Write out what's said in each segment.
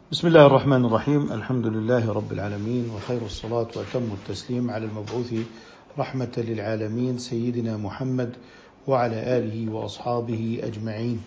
بسم الله الرحمن الرحيم. الحمد لله رب العالمين، وخير الصلاة وأتم التسليم على المبعوث رحمة للعالمين سيدنا محمد وعلى آله وأصحابه أجمعين.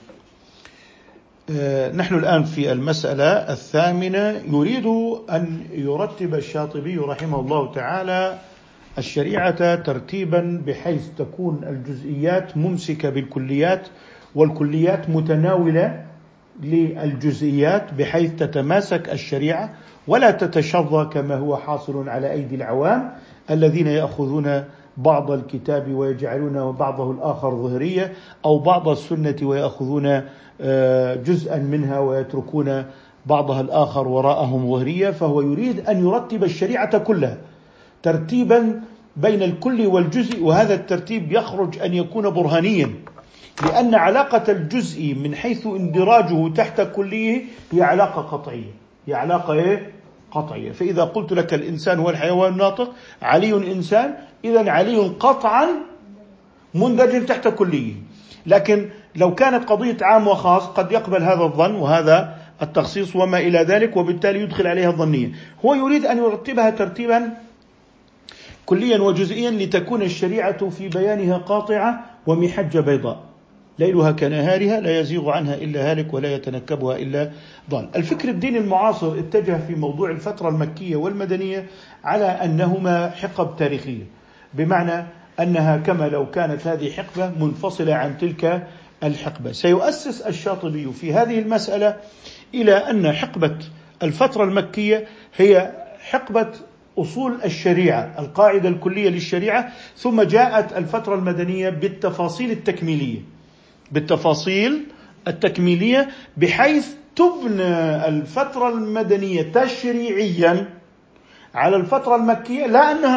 نحن الآن في المسألة الثامنة. يريد أن يرتب الشاطبي رحمه الله تعالى الشريعة ترتيبا بحيث تكون الجزئيات ممسكة بالكليات، والكليات متناولة للجزئيات بحيث تتماسك الشريعة ولا تتشظى كما هو حاصل على أيدي العوام الذين يأخذون بعض الكتاب ويجعلون بعضه الآخر ظهرية، أو بعض السنة ويأخذون جزءا منها ويتركون بعضها الآخر وراءهم ظهرية. فهو يريد أن يرتب الشريعة كلها ترتيبا بين الكل والجزء، وهذا الترتيب يخرج أن يكون برهانيا، لأن علاقة الجزء من حيث اندراجه تحت كليه هي علاقة قطعية، هي علاقة قطعية. فإذا قلت لك الإنسان هو الحيوان الناطق، علي إنسان، إذن علي قطعا مندرج تحت كليه. لكن لو كانت قضية عام وخاص قد يقبل هذا الظن وهذا التخصيص وما إلى ذلك، وبالتالي يدخل عليها الظنية. هو يريد أن يرتبها ترتيبا كليا وجزئيا لتكون الشريعة في بيانها قاطعة ومحجة بيضاء، ليلها كنهارها لا يزيغ عنها إلا هالك ولا يتنكبها إلا ضال. الفكر الديني المعاصر اتجه في موضوع الفترة المكية والمدنية على أنهما حقب تاريخية، بمعنى أنها كما لو كانت هذه حقبة منفصلة عن تلك الحقبة. سيؤسس الشاطبي في هذه المسألة إلى أن حقبة الفترة المكية هي حقبة أصول الشريعة، القاعدة الكلية للشريعة، ثم جاءت الفترة المدنية بالتفاصيل التكميلية بحيث تبنى الفترة المدنية تشريعيا على الفترة المكية، لا أنها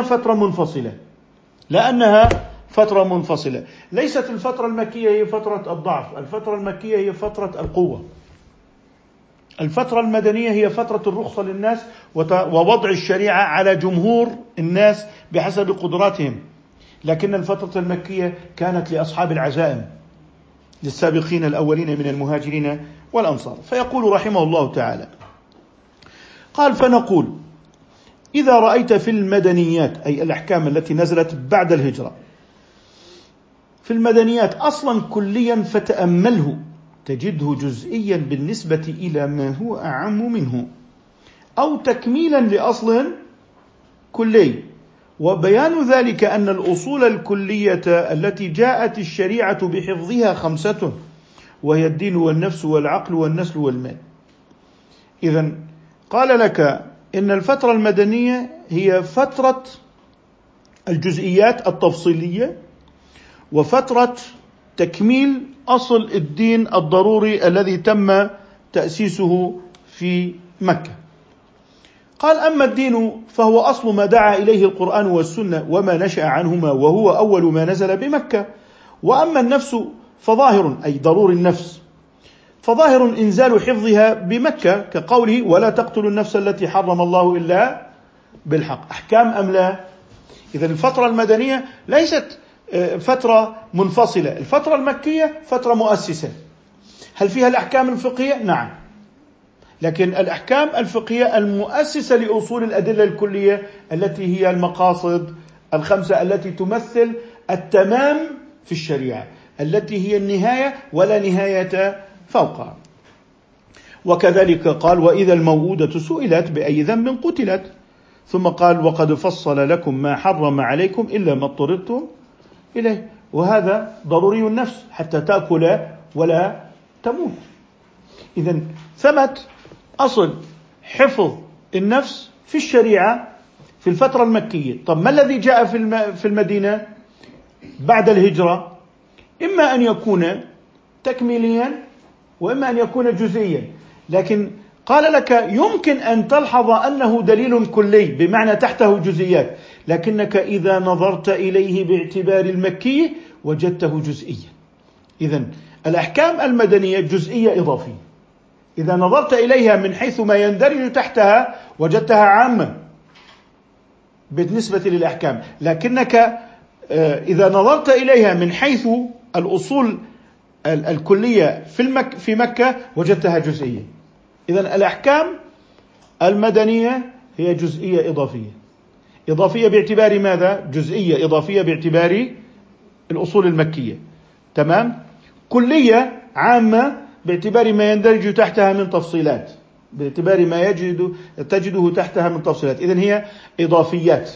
فترة منفصلة. ليست الفترة المكية هي فترة الضعف، الفترة المكية هي فترة القوة. الفترة المدنية هي فترة الرخصة للناس ووضع الشريعة على جمهور الناس بحسب قدراتهم. لكن الفترة المكية كانت لأصحاب العزائم، للسابقين الأولين من المهاجرين والأنصار. فيقول رحمه الله تعالى: قال: فنقول إذا رأيت في المدنيات، أي الأحكام التي نزلت بعد الهجرة، في المدنيات أصلا كليا فتأمله تجده جزئيا بالنسبة إلى ما هو أعم منه، أو تكميلا لأصل كلي. وبيان ذلك أن الأصول الكلية التي جاءت الشريعة بحفظها 5، وهي الدين والنفس والعقل والنسل والمال. إذن قال لك إن الفترة المدنية هي فترة الجزئيات التفصيلية، وفترة تكميل أصل الدين الضروري الذي تم تأسيسه في مكة. قال: أما الدين فهو أصل ما دعا إليه القرآن والسنة وما نشأ عنهما، وهو أول ما نزل بمكة. وأما النفس فظاهر، أي ضروري النفس، فظاهر إنزال حفظها بمكة، كقوله: ولا تقتلوا النفس التي حرم الله إلا بالحق. أحكام أم لا؟ إذن الفترة المدنية ليست فترة منفصلة. الفترة المكية فترة مؤسسة. هل فيها الأحكام الفقهية؟ نعم، لكن الأحكام الفقهية المؤسسة لأصول الأدلة الكلية التي هي المقاصد 5 التي تمثل التمام في الشريعة، التي هي النهاية ولا نهاية فوقها. وكذلك قال: وإذا الموءودة سئلت بأي ذنب قتلت. ثم قال: وقد فصل لكم ما حرم عليكم إلا ما اضطررتم إليه. وهذا ضروري النفس حتى تأكل ولا تموت. إذن ثبت أصل حفظ النفس في الشريعة في الفترة المكية. طب ما الذي جاء في المدينة بعد الهجرة؟ إما أن يكون تكميليا وإما أن يكون جزئيا. لكن قال لك يمكن أن تلحظ أنه دليل كلي بمعنى تحته جزئيات، لكنك إذا نظرت إليه باعتبار المكي وجدته جزئيا. إذن الأحكام المدنية جزئية إضافية. إذا نظرت إليها من حيث ما يندرج تحتها وجدتها عامة بالنسبة للأحكام، لكنك إذا نظرت إليها من حيث الأصول الكلية في مكة وجدتها جزئية. إذن الأحكام المدنية هي جزئية إضافية. إضافية باعتبار ماذا؟ جزئية إضافية باعتبار الأصول المكية. تمام. كلية عامة باعتبار ما يندرج تحتها من تفصيلات، باعتبار ما تجده تحتها من تفصيلات. إذن هي إضافيات.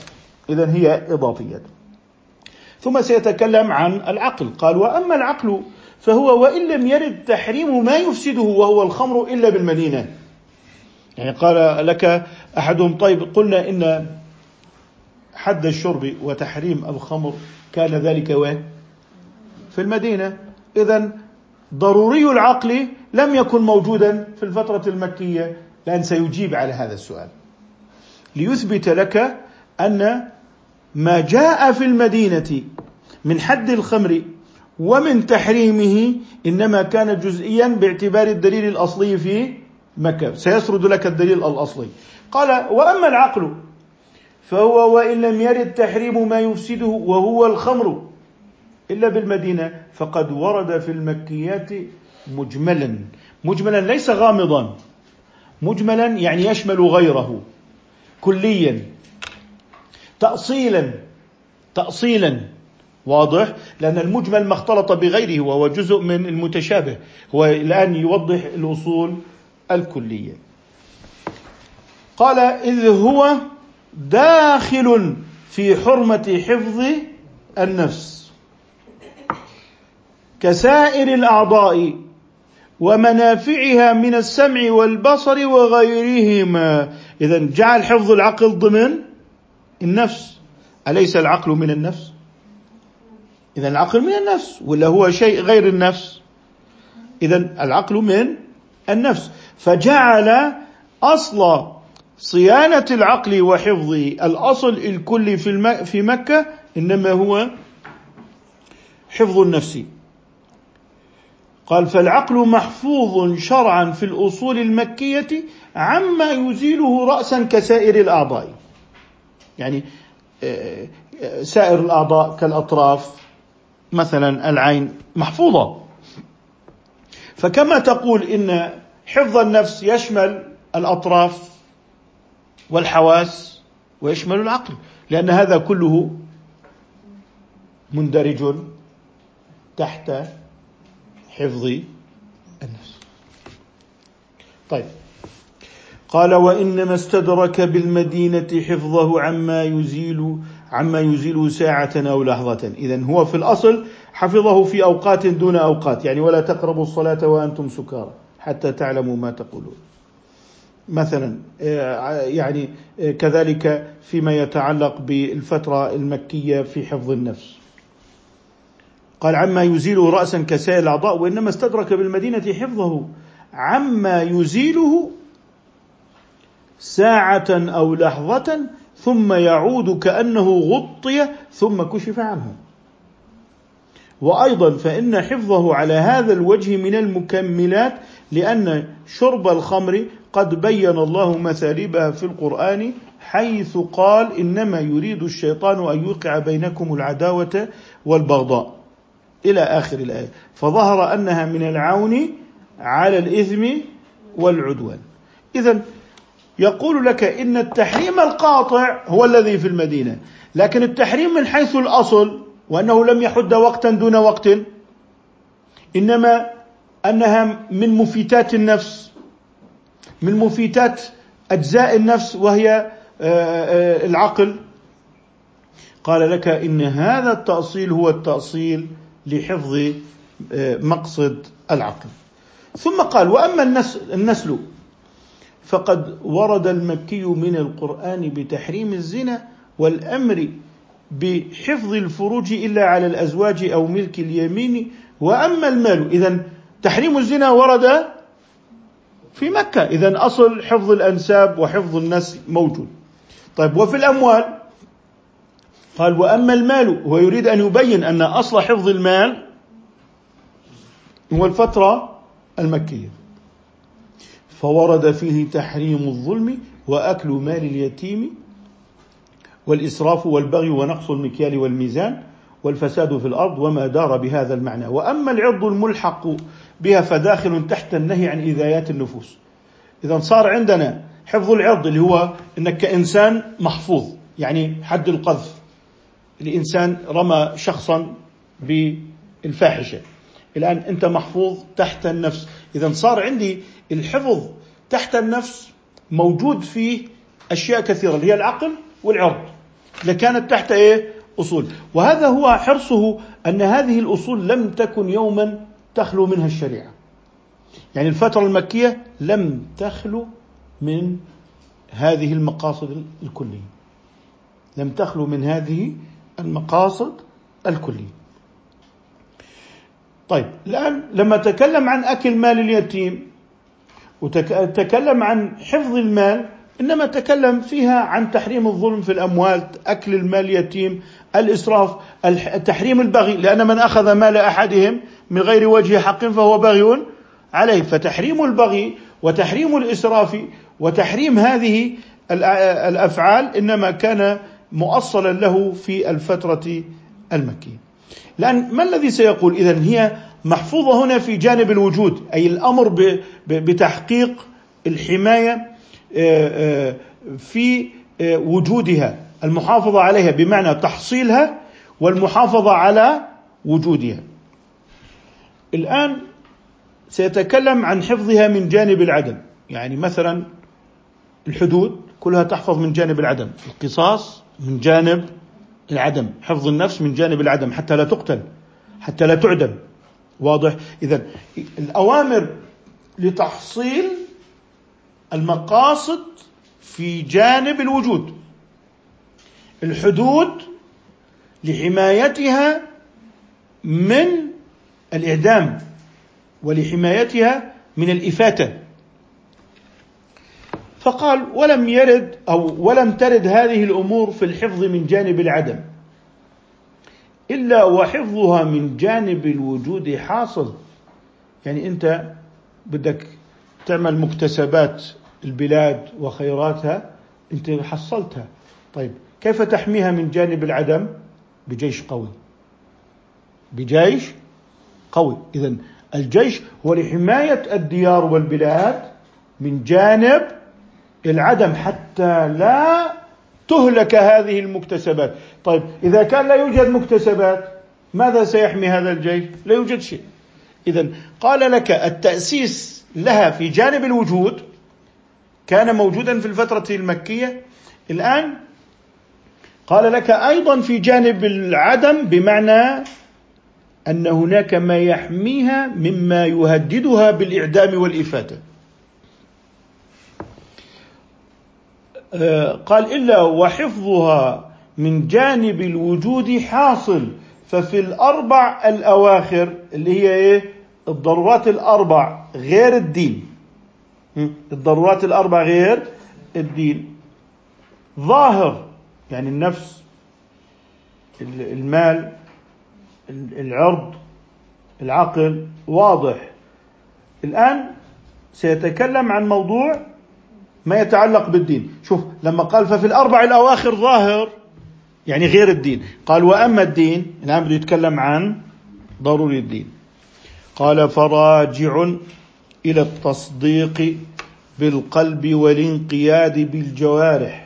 ثم سيتكلم عن العقل. قال: وأما العقل فهو وإن لم يرد تحريم ما يفسده وهو الخمر إلا بالمدينة. يعني قال لك أحدهم: طيب قلنا إن حد الشرب وتحريم الخمر كان ذلك وين؟ في المدينة. إذن ضروري العقل لم يكن موجودا في الفترة المكية، لأن سيجيب على هذا السؤال ليثبت لك أن ما جاء في المدينة من حد الخمر ومن تحريمه إنما كان جزئيا باعتبار الدليل الأصلي في مكة. سيسرد لك الدليل الأصلي. قال: وأما العقل فهو وإن لم يرد تحريم ما يفسده وهو الخمر إلا بالمدينة فقد ورد في المكيات مجملا ليس غامضا، مجملا يعني يشمل غيره كليا، تأصيلا. واضح؟ لأن المجمل ما اختلط بغيره وهو جزء من المتشابه، هو الآن يوضح الأصول الكلية. قال: إذ هو داخل في حرمة حفظ النفس كسائر الأعضاء ومنافعها من السمع والبصر وغيرهما. إذن جعل حفظ العقل ضمن النفس. أليس العقل من النفس؟ إذن العقل من النفس ولا هو شيء غير النفس؟ إذن العقل من النفس، فجعل أصل صيانة العقل وحفظ الأصل الكلي في مكة إنما هو حفظ النفس. قال: فالعقل محفوظ شرعا في الأصول المكية عما يزيله رأسا كسائر الأعضاء. يعني سائر الأعضاء كالأطراف مثلا العين محفوظة. فكما تقول إن حفظ النفس يشمل الأطراف والحواس ويشمل العقل، لأن هذا كله مندرج تحت حفظ النفس. طيب. قال: وإنما استدرك بالمدينة حفظه عما يزيل ساعة أو لحظة. إذن هو في الأصل حفظه في أوقات دون أوقات، يعني ولا تقربوا الصلاة وأنتم سكارى حتى تعلموا ما تقولون مثلا. يعني كذلك فيما يتعلق بالفترة المكية في حفظ النفس. قال: عما يزيله رأسا كسائر الأعضاء، وإنما استدرك بالمدينة حفظه عما يزيله ساعة أو لحظة ثم يعود كأنه غطي ثم كشف عنه. وأيضا فإن حفظه على هذا الوجه من المكملات، لأن شرب الخمر قد بين الله مثالبها في القرآن، حيث قال: إنما يريد الشيطان أن يوقع بينكم العداوة والبغضاء إلى آخر الآية. فظهر أنها من العون على الإثم والعدوان. إذن يقول لك إن التحريم القاطع هو الذي في المدينة، لكن التحريم من حيث الأصل وأنه لم يحد وقتا دون وقت، إنما أنها من مفيتات النفس، من مفيتات أجزاء النفس وهي العقل. قال لك إن هذا التأصيل هو التأصيل لحفظ مقصد العقل. ثم قال: وأما النسل فقد ورد المكي من القرآن بتحريم الزنا والأمر بحفظ الفروج إلا على الأزواج أو ملك اليمين. وأما المال، إذن تحريم الزنا ورد في مكة، إذن أصل حفظ الأنساب وحفظ النسل موجود. طيب، وفي الأموال قال: وأما المال، ويريد أن يبين أن أصل حفظ المال هو الفترة المكية، فورد فيه تحريم الظلم وأكل مال اليتيم والإسراف والبغي ونقص المكيال والميزان والفساد في الأرض وما دار بهذا المعنى. وأما العرض الملحق بها فداخل تحت النهي عن إيذايات النفوس. إذن صار عندنا حفظ العرض اللي هو أنك كإنسان محفوظ، يعني حد القذف، الإنسان رمى شخصا بالفاحشة، الآن أنت محفوظ تحت النفس. إذا صار عندي الحفظ تحت النفس موجود فيه أشياء كثيرة اللي هي العقل والعرض، لكانت تحت أصول. وهذا هو حرصه، أن هذه الأصول لم تكن يوما تخلو منها الشريعة. يعني الفترة المكية لم تخلو من هذه المقاصد الكلية، لم تخلو من هذه المقاصد الكلية. طيب الآن لما تكلم عن أكل مال اليتيم وتكلم عن حفظ المال، إنما تكلم فيها عن تحريم الظلم في الأموال، أكل المال اليتيم، الإسراف، تحريم البغي، لأن من أخذ مال أحدهم من غير وجه حق فهو باغي عليه. فتحريم البغي وتحريم الإسراف وتحريم هذه الأفعال إنما كان مؤصلا له في الفترة المكية. لأن ما الذي سيقول إذن هي محفوظة هنا في جانب الوجود، أي الأمر بتحقيق الحماية في وجودها، المحافظة عليها بمعنى تحصيلها والمحافظة على وجودها. الآن سيتكلم عن حفظها من جانب العدم، يعني مثلا الحدود كلها تحفظ من جانب العدم، القصاص من جانب العدم، حفظ النفس من جانب العدم حتى لا تقتل، حتى لا تعدم. واضح؟ إذن الأوامر لتحصيل المقاصد في جانب الوجود، الحدود لحمايتها من الإعدام ولحمايتها من الإفاتة. فقال ولم ترد هذه الأمور في الحفظ من جانب العدم إلا وحفظها من جانب الوجود حاصل. يعني أنت بدك تعمل مكتسبات البلاد وخيراتها، أنت حصلتها، طيب كيف تحميها من جانب العدم؟ بجيش قوي، بجيش قوي. إذن الجيش هو لحماية الديار والبلاد من جانب العدم حتى لا تهلك هذه المكتسبات. طيب إذا كان لا يوجد مكتسبات ماذا سيحمي هذا الجيش؟ لا يوجد شيء. إذن قال لك التأسيس لها في جانب الوجود كان موجودا في الفترة المكية، الآن قال لك أيضا في جانب العدم، بمعنى أن هناك ما يحميها مما يهددها بالإعدام والإفاتة. قال إلا وحفظها من جانب الوجود حاصل. ففي الأربع الأواخر اللي هي الضرورات الأربع غير الدين، الضرورات الأربع غير الدين، ظاهر يعني النفس، المال، العرض، العقل، واضح. الآن سيتكلم عن موضوع ما يتعلق بالدين. شوف لما قال ففي الأربع الأواخر ظاهر يعني غير الدين، قال وأما الدين، الآن بده يتكلم عن ضروري الدين. قال فراجع إلى التصديق بالقلب والانقياد بالجوارح.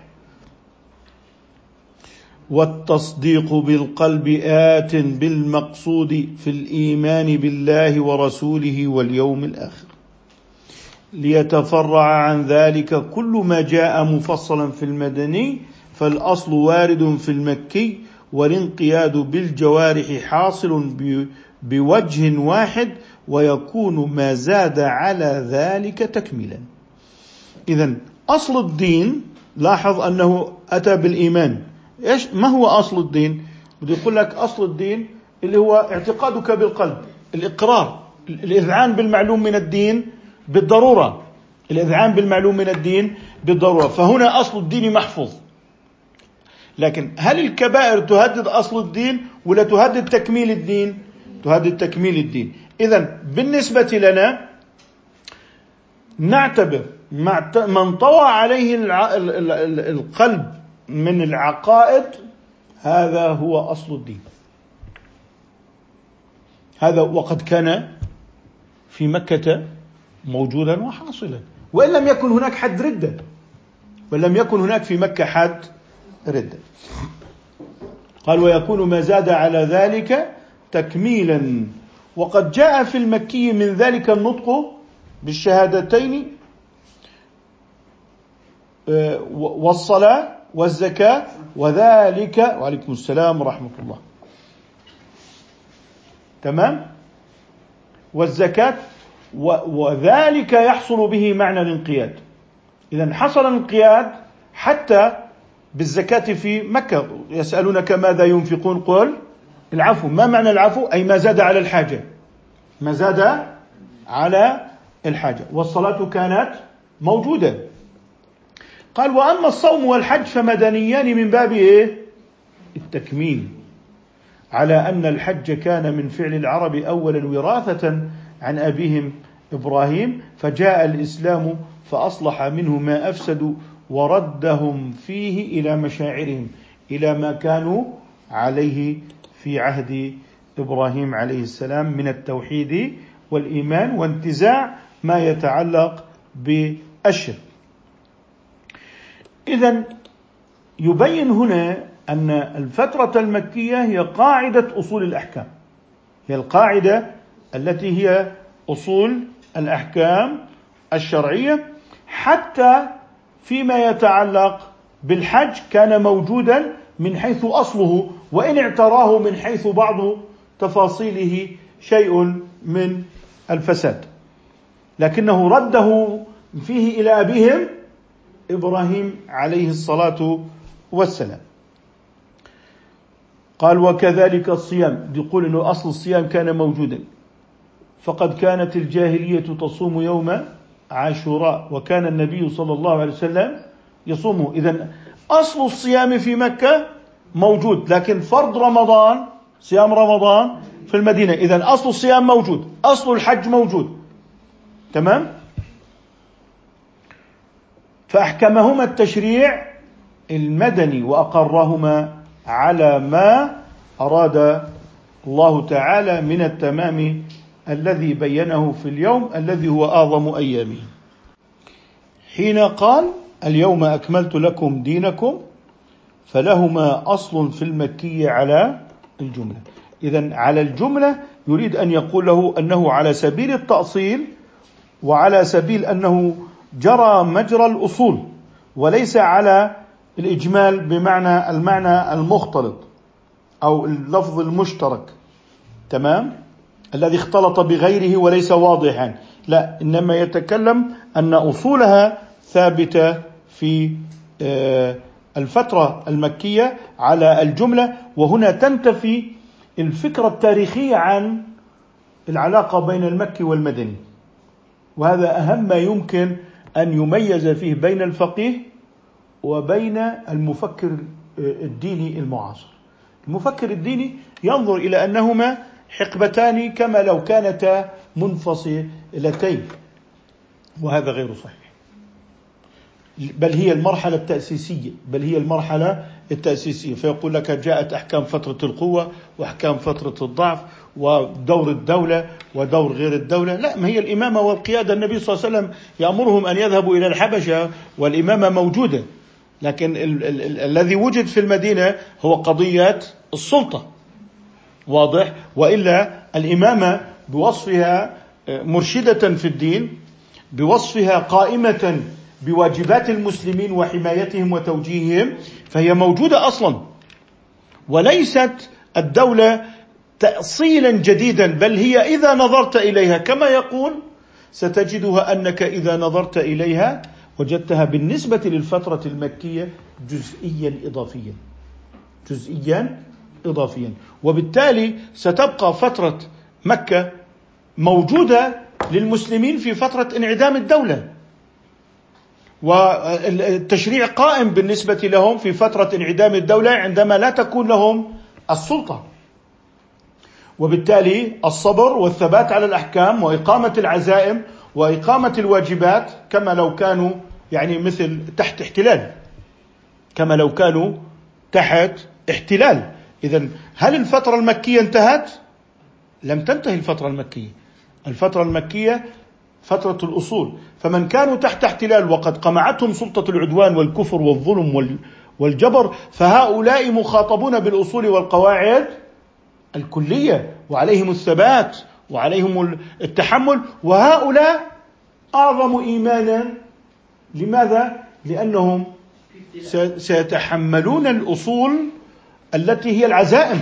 والتصديق بالقلب آت بالمقصود في الإيمان بالله ورسوله واليوم الآخر، ليتفرع عن ذلك كل ما جاء مفصلا في المدني، فالأصل وارد في المكي، والانقياد بالجوارح حاصل بوجه واحد، ويكون ما زاد على ذلك تكميلا. إذن أصل الدين، لاحظ أنه أتى بالإيمان. ما هو أصل الدين؟ بده يقول لك أصل الدين اللي هو اعتقادك بالقلب، الإقرار، الإذعان بالمعلوم من الدين بالضرورة، الإذعان بالمعلوم من الدين بالضرورة. فهنا أصل الدين محفوظ. لكن هل الكبائر تهدد أصل الدين ولا تهدد تكميل الدين؟ تهدد تكميل الدين. إذن بالنسبة لنا نعتبر من طوى عليه القلب من العقائد هذا هو أصل الدين. هذا وقد كان في مكة موجودا وحاصلا، وإن لم يكن هناك حد ردة، ولم يكن هناك في مكة حد ردة. قال ويكون ما زاد على ذلك تكميلا. وقد جاء في المكي من ذلك النطق بالشهادتين والصلاة والزكاة وذلك، وعليكم السلام ورحمة الله، تمام، والزكاة، وذلك يحصل به معنى الانقياد. إذن حصل الانقياد حتى بالزكاة في مكة. يسألونك ماذا ينفقون قل العفو. ما معنى العفو؟ أي ما زاد على الحاجة، ما زاد على الحاجة. والصلاة كانت موجودة. قال وأما الصوم والحج فمدنيان من باب التكميل، على أن الحج كان من فعل العرب أولا وراثة عن أبيهم إبراهيم، فجاء الإسلام فأصلح منه ما أفسدوا وردهم فيه إلى مشاعرهم، إلى ما كانوا عليه في عهد إبراهيم عليه السلام من التوحيد والإيمان وانتزاع ما يتعلق بالشرك. إذن يبين هنا أن الفترة المكية هي قاعدة أصول الأحكام، هي القاعدة التي هي أصول الأحكام الشرعية. حتى فيما يتعلق بالحج كان موجودا من حيث أصله، وإن اعتراه من حيث بعض تفاصيله شيء من الفساد، لكنه رده فيه إلى أبيهم إبراهيم عليه الصلاة والسلام. قال وكذلك الصيام، يقول أنه أصل الصيام كان موجودا، فقد كانت الجاهلية تصوم يوم عاشوراء وكان النبي صلى الله عليه وسلم يصومه. إذن أصل الصيام في مكة موجود، لكن فرض رمضان، صيام رمضان في المدينة. إذن أصل الصيام موجود، أصل الحج موجود، تمام. فأحكمهما التشريع المدني وأقرهما على ما أراد الله تعالى من التمام الذي بينه في اليوم الذي هو أعظم أيامه، حين قال اليوم أكملت لكم دينكم، فلهما أصل في المكي على الجملة. إذن على الجملة يريد أن يقول له أنه على سبيل التأصيل، وعلى سبيل أنه جرى مجرى الأصول، وليس على الإجمال بمعنى المعنى المختلط أو اللفظ المشترك، تمام، الذي اختلط بغيره وليس واضحا. لا، إنما يتكلم أن أصولها ثابتة في الفترة المكية على الجملة. وهنا تنتفي الفكرة التاريخية عن العلاقة بين المكي والمدني، وهذا أهم ما يمكن أن يميز فيه بين الفقيه وبين المفكر الديني المعاصر. المفكر الديني ينظر إلى أنهما حقبتان كما لو كانتا منفصلتين، وهذا غير صحيح، بل هي المرحلة التأسيسية. فيقول لك جاءت أحكام فترة القوة وأحكام فترة الضعف ودور الدولة ودور غير الدولة. لا، ما هي الإمامة والقيادة. النبي صلى الله عليه وسلم يأمرهم أن يذهبوا إلى الحبشة والإمامة موجودة، لكن الذي وجد في المدينة هو قضية السلطة، واضح. وإلا الإمامة بوصفها مرشدة في الدين، بوصفها قائمة بواجبات المسلمين وحمايتهم وتوجيههم، فهي موجودة أصلا، وليست الدولة تأصيلا جديدا، بل هي إذا نظرت إليها كما يقول ستجدها أنك إذا نظرت إليها وجدتها بالنسبة للفترة المكية جزئيا إضافيا، وبالتالي ستبقى فترة مكة موجودة للمسلمين في فترة انعدام الدولة، والتشريع قائم بالنسبة لهم في فترة انعدام الدولة عندما لا تكون لهم السلطة. وبالتالي الصبر والثبات على الأحكام وإقامة العزائم وإقامة الواجبات كما لو كانوا مثل تحت احتلال، كما لو كانوا تحت احتلال. إذن هل الفترة المكية انتهت؟ لم تنتهي الفترة المكية. الفترة المكية فترة الأصول، فمن كانوا تحت احتلال وقد قمعتهم سلطة العدوان والكفر والظلم والجبر، فهؤلاء مخاطبون بالأصول والقواعد الكلية، وعليهم الثبات وعليهم التحمل، وهؤلاء أعظم إيمانا. لماذا؟ لأنهم سيتحملون الأصول التي هي العزائم.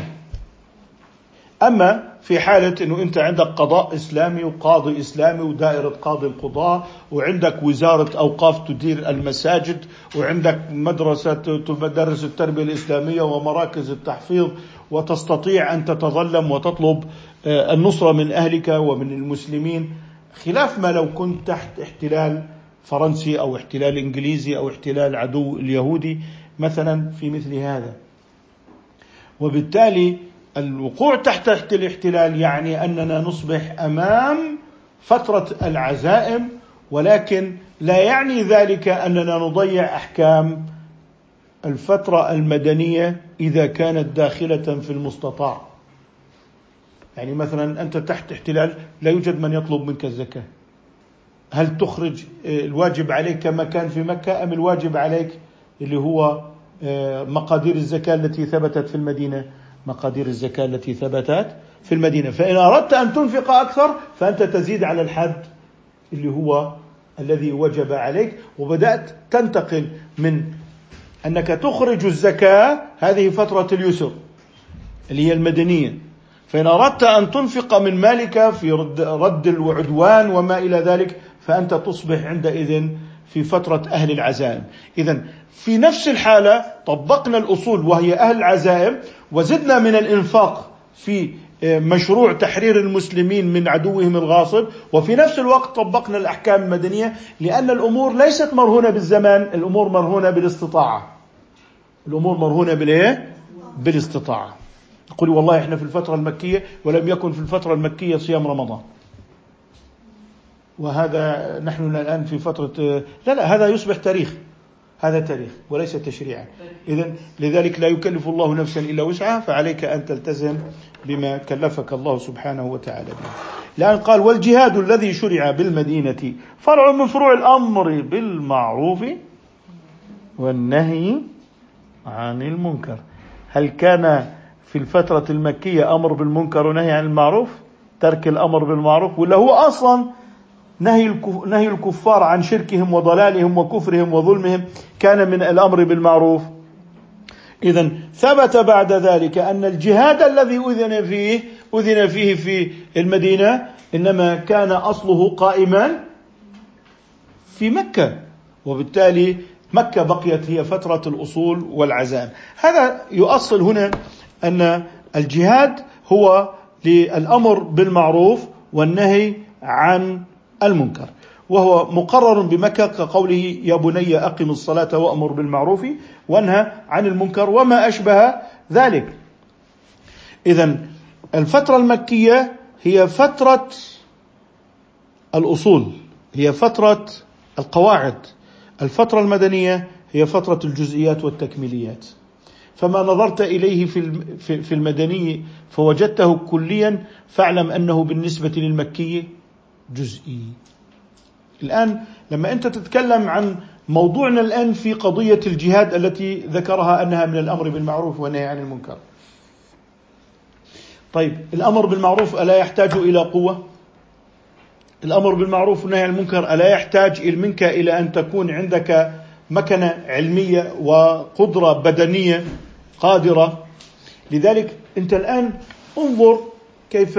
أما في حالة أنه أنت عندك قضاء إسلامي وقاضي إسلامي ودائرة قاضي القضاء، وعندك وزارة أوقاف تدير المساجد، وعندك مدرسة تدرس التربية الإسلامية ومراكز التحفيظ، وتستطيع أن تتظلم وتطلب النصرة من أهلك ومن المسلمين، خلاف ما لو كنت تحت احتلال فرنسي أو احتلال إنجليزي أو احتلال عدو اليهودي مثلا في مثل هذا. وبالتالي الوقوع تحت الاحتلال يعني أننا نصبح أمام فترة العزائم، ولكن لا يعني ذلك أننا نضيع أحكام الفترة المدنية إذا كانت داخلة في المستطاع. يعني مثلا أنت تحت احتلال لا يوجد من يطلب منك الزكاة، هل تخرج الواجب عليك كما كان في مكة، أم الواجب عليك اللي هو مقادير الزكاة التي ثبتت في المدينة؟ مقادير الزكاة التي ثبتت في المدينة. فإن أردت أن تنفق أكثر فأنت تزيد على الحد اللي هو الذي وجب عليك، وبدأت تنتقل من أنك تخرج الزكاة، هذه فترة اليسر اللي هي المدنية، فإن أردت أن تنفق من مالك في رد العدوان وما إلى ذلك فأنت تصبح عندئذ في فترة أهل العزائم. إذن في نفس الحالة طبقنا الأصول وهي أهل العزائم، وزدنا من الإنفاق في مشروع تحرير المسلمين من عدوهم الغاصب، وفي نفس الوقت طبقنا الأحكام المدنية، لأن الأمور ليست مرهونة بالزمان، الأمور مرهونة بالاستطاعة. الأمور مرهونة بالاستطاعة. تقول والله إحنا في الفترة المكية ولم يكن في الفترة المكية صيام رمضان، وهذا نحن الآن في فترة لا هذا يصبح تاريخ، هذا تاريخ وليس تشريعا. إذن لذلك لا يكلف الله نفسا إلا وسعها، فعليك أن تلتزم بما كلفك الله سبحانه وتعالى به. لأن قال والجهاد الذي شرع بالمدينة فرع من فروع الأمر بالمعروف والنهي عن المنكر. هل كان في الفترة المكية أمر بالمنكر ونهي عن المعروف، ترك الأمر بالمعروف، ولا هو أصلا نهي الكفار عن شركهم وضلالهم وكفرهم وظلمهم كان من الأمر بالمعروف؟ إذن ثبت بعد ذلك أن الجهاد الذي أذن فيه في المدينة إنما كان أصله قائما في مكة، وبالتالي مكة بقيت هي فترة الأصول والعزائم. هذا يؤصل هنا أن الجهاد هو للأمر بالمعروف والنهي عن المنكر، وهو مقرر بمكة كقوله يا بني أقم الصلاة وأمر بالمعروف وانهى عن المنكر وما أشبه ذلك. إذن الفترة المكية هي فترة الأصول، هي فترة القواعد. الفترة المدنية هي فترة الجزئيات والتكميليات. فما نظرت إليه في المدني فوجدته كليا، فاعلم أنه بالنسبة للمكي جزئي. الآن لما أنت تتكلم عن موضوعنا الآن في قضية الجهاد التي ذكرها أنها من الأمر بالمعروف والنهي عن المنكر، طيب الأمر بالمعروف ألا يحتاج إلى قوة؟ الأمر بالمعروف والنهي عن المنكر ألا يحتاج منك إلى أن تكون عندك مكنة علمية وقدرة بدنية قادرة؟ لذلك أنت الآن انظر كيف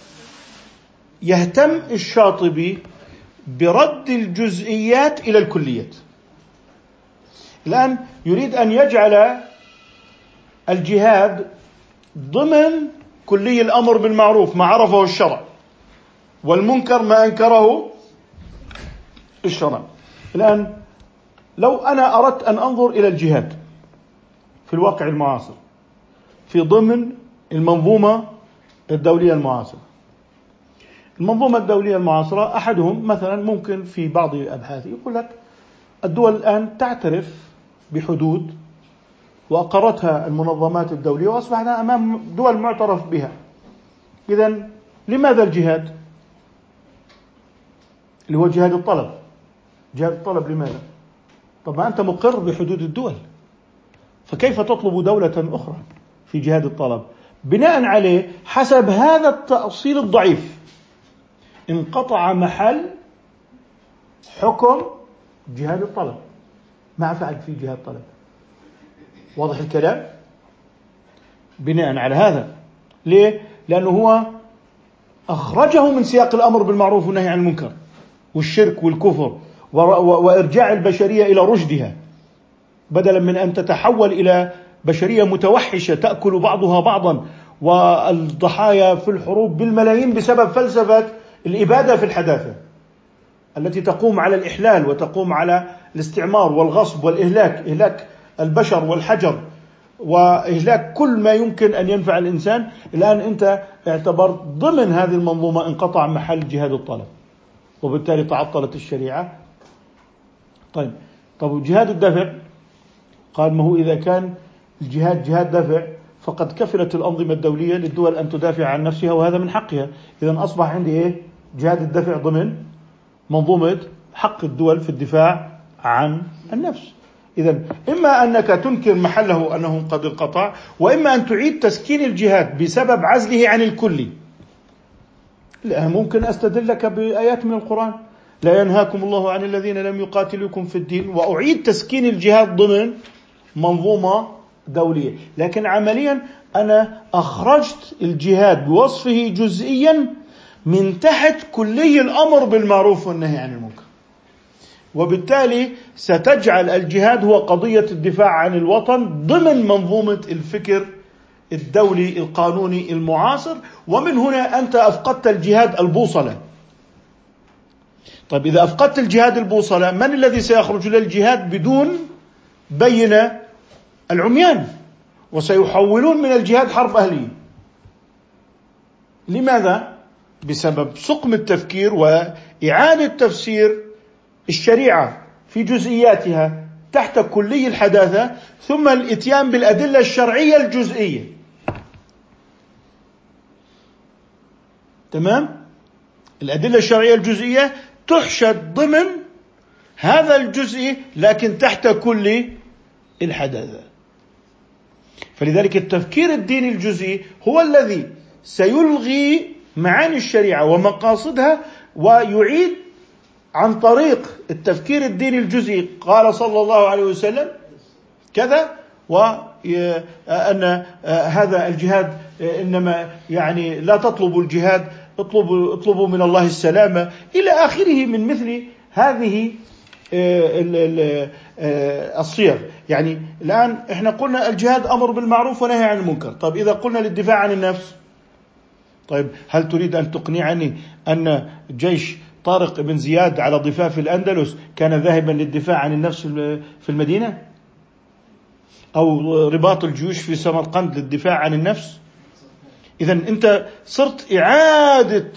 يهتم الشاطبي برد الجزئيات إلى الكليات. الآن يريد أن يجعل الجهاد ضمن كلي الأمر بالمعروف ما عرفه الشرع، والمنكر ما أنكره الشرع. الآن لو أنا أردت أن أنظر إلى الجهاد في الواقع المعاصر في ضمن المنظومة الدولية المعاصرة، المنظومة الدولية المعاصرة أحدهم مثلا ممكن في بعض أبحاثه يقول لك الدول الآن تعترف بحدود وأقرتها المنظمات الدولية وأصبحنا أمام دول معترف بها. إذن لماذا الجهاد اللي هو جهاد الطلب؟ جهاد الطلب لماذا؟ طب ما أنت مقر بحدود الدول، فكيف تطلب دولة أخرى في جهاد الطلب؟ بناء عليه حسب هذا التأصيل الضعيف انقطع محل حكم جهاد الطلب، ما فعل في جهاد الطلب. واضح الكلام؟ بناء على هذا. ليه؟ لأنه هو أخرجه من سياق الأمر بالمعروف والنهي عن المنكر والشرك والكفر وإرجاع البشرية إلى رشدها، بدلا من أن تتحول إلى بشرية متوحشة تأكل بعضها بعضا، والضحايا في الحروب بالملايين بسبب فلسفة الإبادة في الحداثة التي تقوم على الإحلال وتقوم على الاستعمار والغصب والإهلاك، إهلاك البشر والحجر وإهلاك كل ما يمكن أن ينفع الإنسان. الآن أنت اعتبرت ضمن هذه المنظومة انقطع محل جهاد الطلب، وبالتالي تعطلت الشريعة. طيب جهاد الدفع، قال ما هو إذا كان الجهاد جهاد دفع فقد كفلت الأنظمة الدولية للدول أن تدافع عن نفسها، وهذا من حقها. إذن أصبح عندي جهاد الدفع ضمن منظومة حق الدول في الدفاع عن النفس. إذن إما أنك تنكر محله أنه قد انقطع، وإما أن تعيد تسكين الجهاد بسبب عزله عن الكل. لا، ممكن أستدل لك بآيات من القرآن: لا ينهاكم الله عن الذين لم يقاتلوكم في الدين، وأعيد تسكين الجهاد ضمن منظومة دولية. لكن عمليا أنا أخرجت الجهاد بوصفه جزئيا من تحت كلي الأمر بالمعروف والنهي عن المنكر، وبالتالي ستجعل الجهاد هو قضية الدفاع عن الوطن ضمن منظومة الفكر الدولي القانوني المعاصر. ومن هنا أنت أفقدت الجهاد البوصلة. طيب إذا أفقدت الجهاد البوصلة، من الذي سيخرج للجهاد بدون بينة؟ العميان، وسيحولون من الجهاد حرب أهلية. لماذا؟ بسبب سقم التفكير وإعادة تفسير الشريعة في جزئياتها تحت كلي الحداثة، ثم الإتيان بالأدلة الشرعية الجزئية. تمام؟ الأدلة الشرعية الجزئية تحشد ضمن هذا الجزء لكن تحت كل الحداثة. فلذلك التفكير الديني الجزئي هو الذي سيلغي معاني الشريعة ومقاصدها، ويعيد عن طريق التفكير الديني الجزئي قال صلى الله عليه وسلم كذا، وأن هذا الجهاد إنما يعني لا تطلبوا الجهاد، اطلبوا من الله السلامة إلى آخره من مثل هذه الصيغ. يعني الآن إحنا قلنا الجهاد أمر بالمعروف ونهي عن المنكر. طيب إذا قلنا للدفاع عن النفس، طيب هل تريد أن تقنعني أن جيش طارق بن زياد على ضفاف الأندلس كان ذاهبا للدفاع عن النفس في المدينة؟ أو رباط الجيوش في سمرقند للدفاع عن النفس؟ إذن أنت صرت إعادة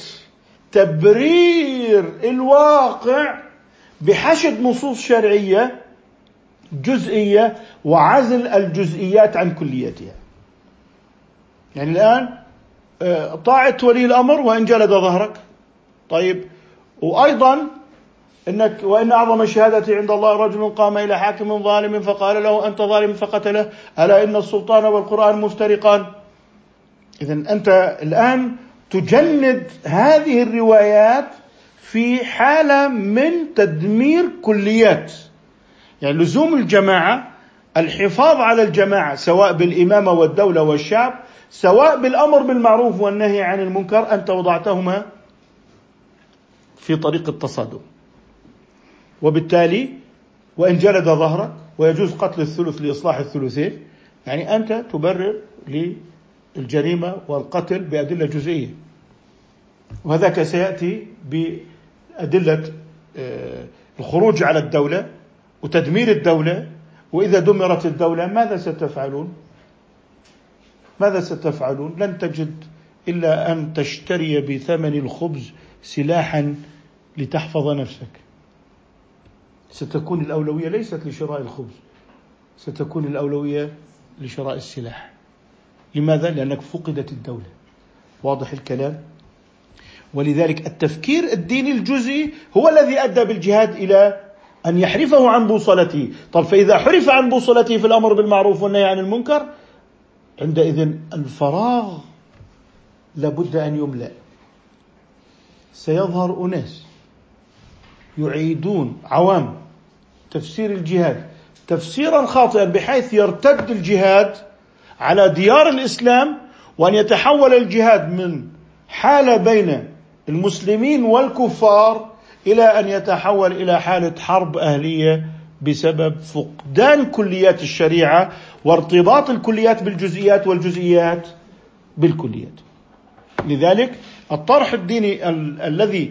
تبرير الواقع بحشد نصوص شرعية جزئية وعزل الجزئيات عن كلياتها. يعني الآن طاعة ولي الأمر وإن جلد ظهرك. طيب، وأيضا إنك وإن أعظم الشهادة عند الله رجل قام إلى حاكم ظالم فقال له أنت ظالم فقتله، ألا إن السلطان والقرآن مفترقان. إذن أنت الآن تجند هذه الروايات في حالة من تدمير كليات. يعني لزوم الجماعة، الحفاظ على الجماعة سواء بالإمامة والدولة والشعب، سواء بالأمر بالمعروف والنهي عن المنكر، أنت وضعتهما في طريق التصادم. وبالتالي وإن جلد ظهرك ويجوز قتل الثلث لإصلاح الثلثين، يعني أنت تبرر للجريمة والقتل بأدلة جزئية، وهذاك سيأتي بأدلة الخروج على الدولة وتدمير الدولة. وإذا دمرت الدولة ماذا ستفعلون؟ ماذا ستفعلون؟ لن تجد إلا أن تشتري بثمن الخبز سلاحا لتحفظ نفسك. ستكون الأولوية ليست لشراء الخبز، ستكون الأولوية لشراء السلاح. لماذا؟ لأنك فقدت الدولة. واضح الكلام؟ ولذلك التفكير الديني الجزئي هو الذي أدى بالجهاد إلى أن يحرفه عن بوصلته. طب فإذا حرف عن بوصلته في الأمر بالمعروف والنهي عن المنكر، عندئذ الفراغ لابد أن يملأ. سيظهر أناس يعيدون عوام تفسير الجهاد تفسيرا خاطئا، بحيث يرتد الجهاد على ديار الإسلام، وأن يتحول الجهاد من حالة بين المسلمين والكفار إلى أن يتحول إلى حالة حرب أهلية بسبب فقدان كليات الشريعة وارتباط الكليات بالجزئيات والجزئيات بالكليات. لذلك الطرح الديني الذي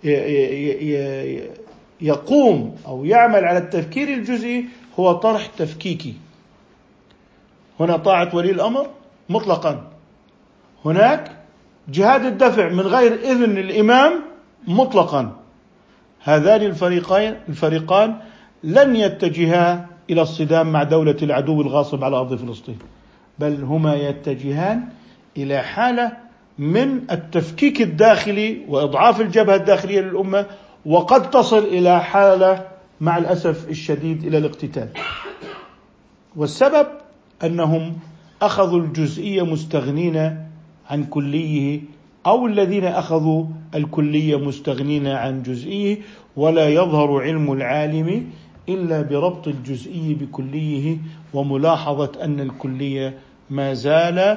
يقوم أو يعمل على التفكير الجزئي هو طرح تفكيكي. هنا طاعة ولي الأمر مطلقا، هناك جهاد الدفع من غير إذن الإمام مطلقا. هذان الفريقان لن يتجها إلى الصدام مع دولة العدو الغاصب على أرض فلسطين، بل هما يتجهان إلى حالة من التفكيك الداخلي وإضعاف الجبهة الداخلية للأمة، وقد تصل إلى حالة مع الأسف الشديد إلى الاقتتال. والسبب أنهم أخذوا الجزئية مستغنين عن كليه، أو الذين أخذوا الكلية مستغنين عن جزئيه، ولا يظهر علم العالم إلا بربط الجزئي بكليه وملاحظة أن الكلية ما زال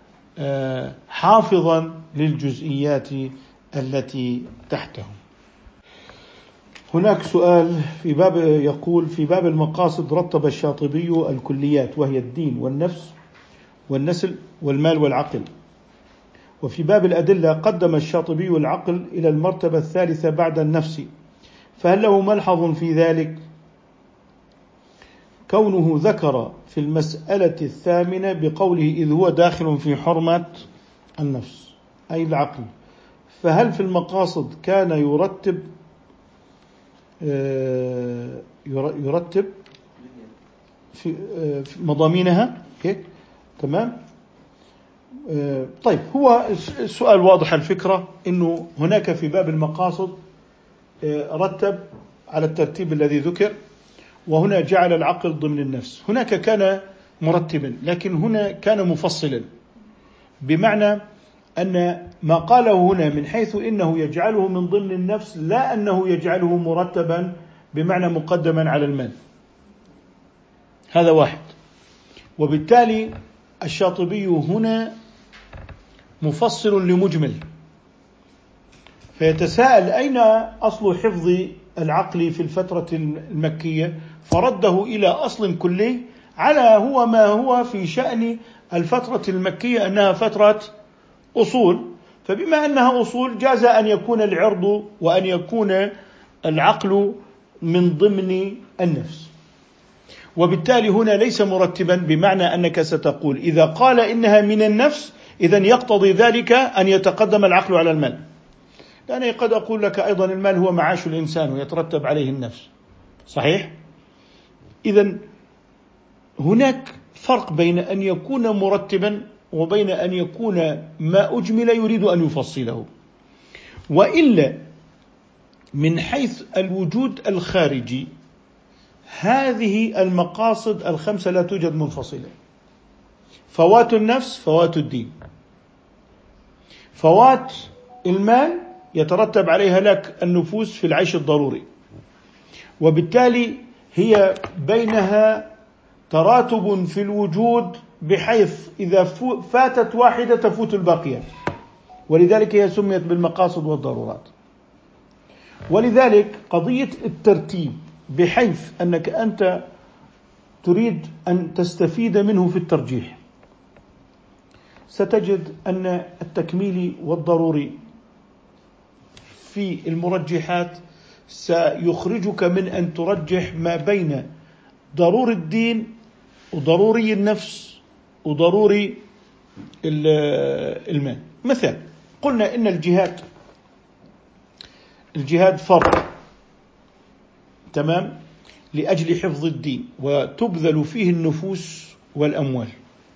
حافظا للجزئيات التي تحته. هناك سؤال يقول: في باب المقاصد رتب الشاطبي الكليات، وهي الدين والنفس والنسل والمال والعقل، وفي باب الأدلة قدم الشاطبي العقل إلى المرتبة الثالثة بعد النفس، فهل له ملحظ في ذلك؟ كونه ذكر في المسألة الثامنة بقوله إذ هو داخل في حرمة النفس أي العقل، فهل في المقاصد كان يرتب في مضامينها هيك؟ تمام. طيب، هو السؤال واضح الفكرة، إنه هناك في باب المقاصد رتب على الترتيب الذي ذكر، وهنا جعل العقل ضمن النفس. هناك كان مرتبا، لكن هنا كان مفصلا، بمعنى أن ما قاله هنا من حيث إنه يجعله من ضمن النفس، لا أنه يجعله مرتبا بمعنى مقدما على المال. هذا واحد. وبالتالي الشاطبي هنا مفصل لمجمل، فيتساءل أين أصل حفظ العقل في الفترة المكية، فرده إلى أصل كلي على هو ما هو في شأن الفترة المكية أنها فترة أصول، فبما أنها أصول جاز أن يكون العرض وأن يكون العقل من ضمن النفس. وبالتالي هنا ليس مرتبا، بمعنى أنك ستقول إذا قال إنها من النفس إذن يقتضي ذلك أن يتقدم العقل على المال، لأنني قد أقول لك أيضا المال هو معاش الإنسان ويترتب عليه النفس، صحيح؟ إذن هناك فرق بين أن يكون مرتبا وبين أن يكون ما أجمل يريد أن يفصله. وإلا من حيث الوجود الخارجي هذه المقاصد الخمسة لا توجد منفصلة: فوات النفس، فوات الدين، فوات المال يترتب عليها هلاك النفوس في العيش الضروري، وبالتالي هي بينها تراتب في الوجود، بحيث إذا فاتت واحدة تفوت الباقيات، ولذلك هي سميت بالمقاصد والضرورات. ولذلك قضية الترتيب بحيث أنك أنت تريد أن تستفيد منه في الترجيح، ستجد أن التكميلي والضروري في المرجحات سيخرجك من أن ترجح ما بين ضروري الدين وضروري النفس وضروري المال. مثلا قلنا إن الجهاد فرض، تمام، لأجل حفظ الدين، وتبذل فيه النفوس والأموال.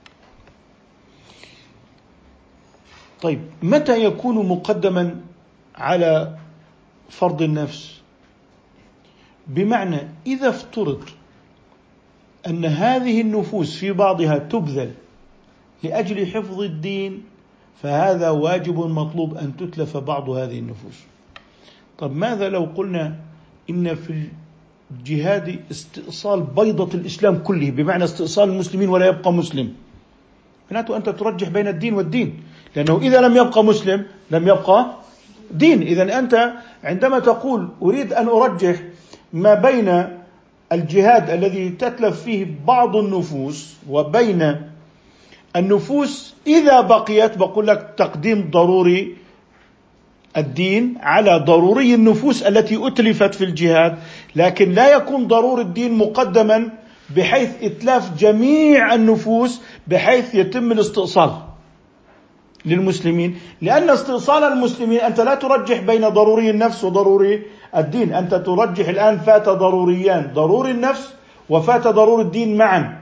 طيب، متى يكون مقدما على فرض النفس؟ بمعنى إذا افترض أن هذه النفوس في بعضها تبذل لأجل حفظ الدين، فهذا واجب مطلوب أن تتلف بعض هذه النفوس. طب ماذا لو قلنا إن في الجهاد استئصال بيضة الإسلام كله، بمعنى استئصال المسلمين ولا يبقى مسلم؟ معناته أنت ترجح بين الدين والدين، لأنه إذا لم يبقى مسلم لم يبقى دين. إذن أنت عندما تقول أريد أن أرجح ما بين الجهاد الذي تتلف فيه بعض النفوس وبين النفوس إذا بقيت، بقول لك تقديم ضروري الدين على ضروري النفوس التي أتلفت في الجهاد، لكن لا يكون ضروري الدين مقدما بحيث إتلاف جميع النفوس بحيث يتم الاستئصال للمسلمين. لأن استئصال المسلمين أنت لا ترجح بين ضروري النفس وضروري الدين، أنت ترجح الآن فات ضروريان، ضروري النفس وفات ضروري الدين معا.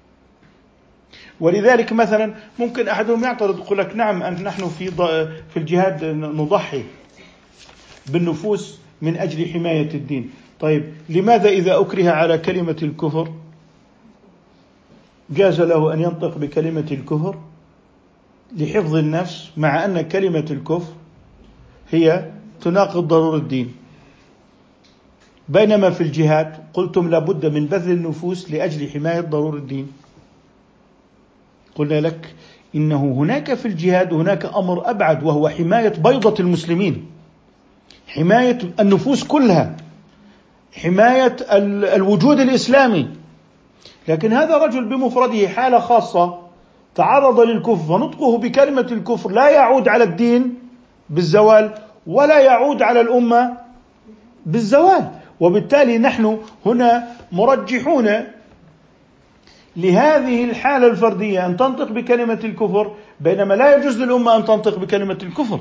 ولذلك مثلا ممكن أحدهم يعترض يقول لك نعم نحن في الجهاد نضحي بالنفوس من أجل حماية الدين. طيب لماذا إذا أكره على كلمة الكفر جاز له أن ينطق بكلمة الكفر لحفظ النفس، مع أن كلمة الكفر هي تناقض ضرورة الدين، بينما في الجهاد قلتم لابد من بذل النفوس لأجل حماية ضرورة الدين؟ قلنا لك إنه هناك في الجهاد هناك أمر أبعد، وهو حماية بيضة المسلمين، حماية النفوس كلها، حماية الوجود الإسلامي. لكن هذا رجل بمفرده حالة خاصة تعرض للكفر، فنطقه بكلمة الكفر لا يعود على الدين بالزوال ولا يعود على الأمة بالزوال. وبالتالي نحن هنا مرجحون لهذه الحالة الفردية أن تنطق بكلمة الكفر، بينما لا يجوز للأمة أن تنطق بكلمة الكفر،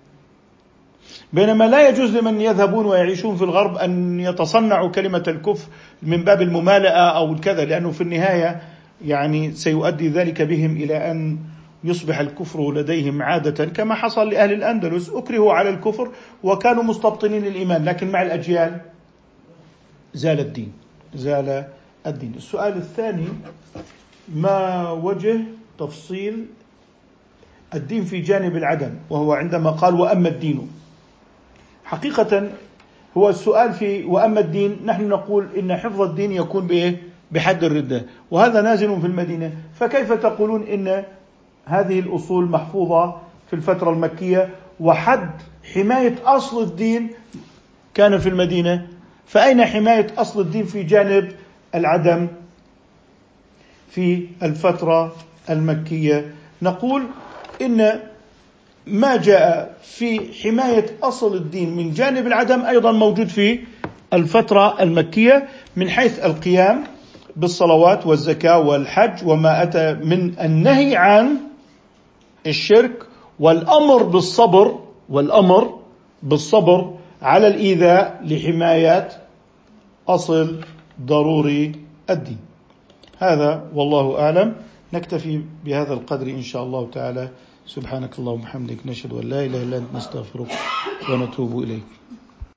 بينما لا يجوز لمن يذهبون ويعيشون في الغرب أن يتصنعوا كلمة الكفر من باب الممالأة أو الكذا، لأنه في النهاية يعني سيؤدي ذلك بهم إلى أن يصبح الكفر لديهم عادة، كما حصل لأهل الأندلس، أكرهوا على الكفر وكانوا مستبطنين الإيمان، لكن مع الأجيال زال الدين، زال الدين. السؤال الثاني: ما وجه تفصيل الدين في جانب العدم، وهو عندما قال وأما الدين؟ حقيقة هو السؤال في وأما الدين، نحن نقول إن حفظ الدين يكون بحد الردة، وهذا نازل في المدينة، فكيف تقولون إن هذه الأصول محفوظة في الفترة المكية وحد حماية أصل الدين كان في المدينة؟ فأين حماية أصل الدين في جانب العدم في الفترة المكية؟ نقول إن ما جاء في حماية أصل الدين من جانب العدم أيضا موجود في الفترة المكية، من حيث القيام بالصلوات والزكاة والحج، وما أتى من النهي عن الشرك، والأمر بالصبر على الإيذاء لحماية أصل ضروري الدين. هذا والله أعلم. نكتفي بهذا القدر إن شاء الله تعالى. سبحانك اللهم وبحمدك، نشهد أن لا إله إلا أنت، نستغفرك ونتوب إليك.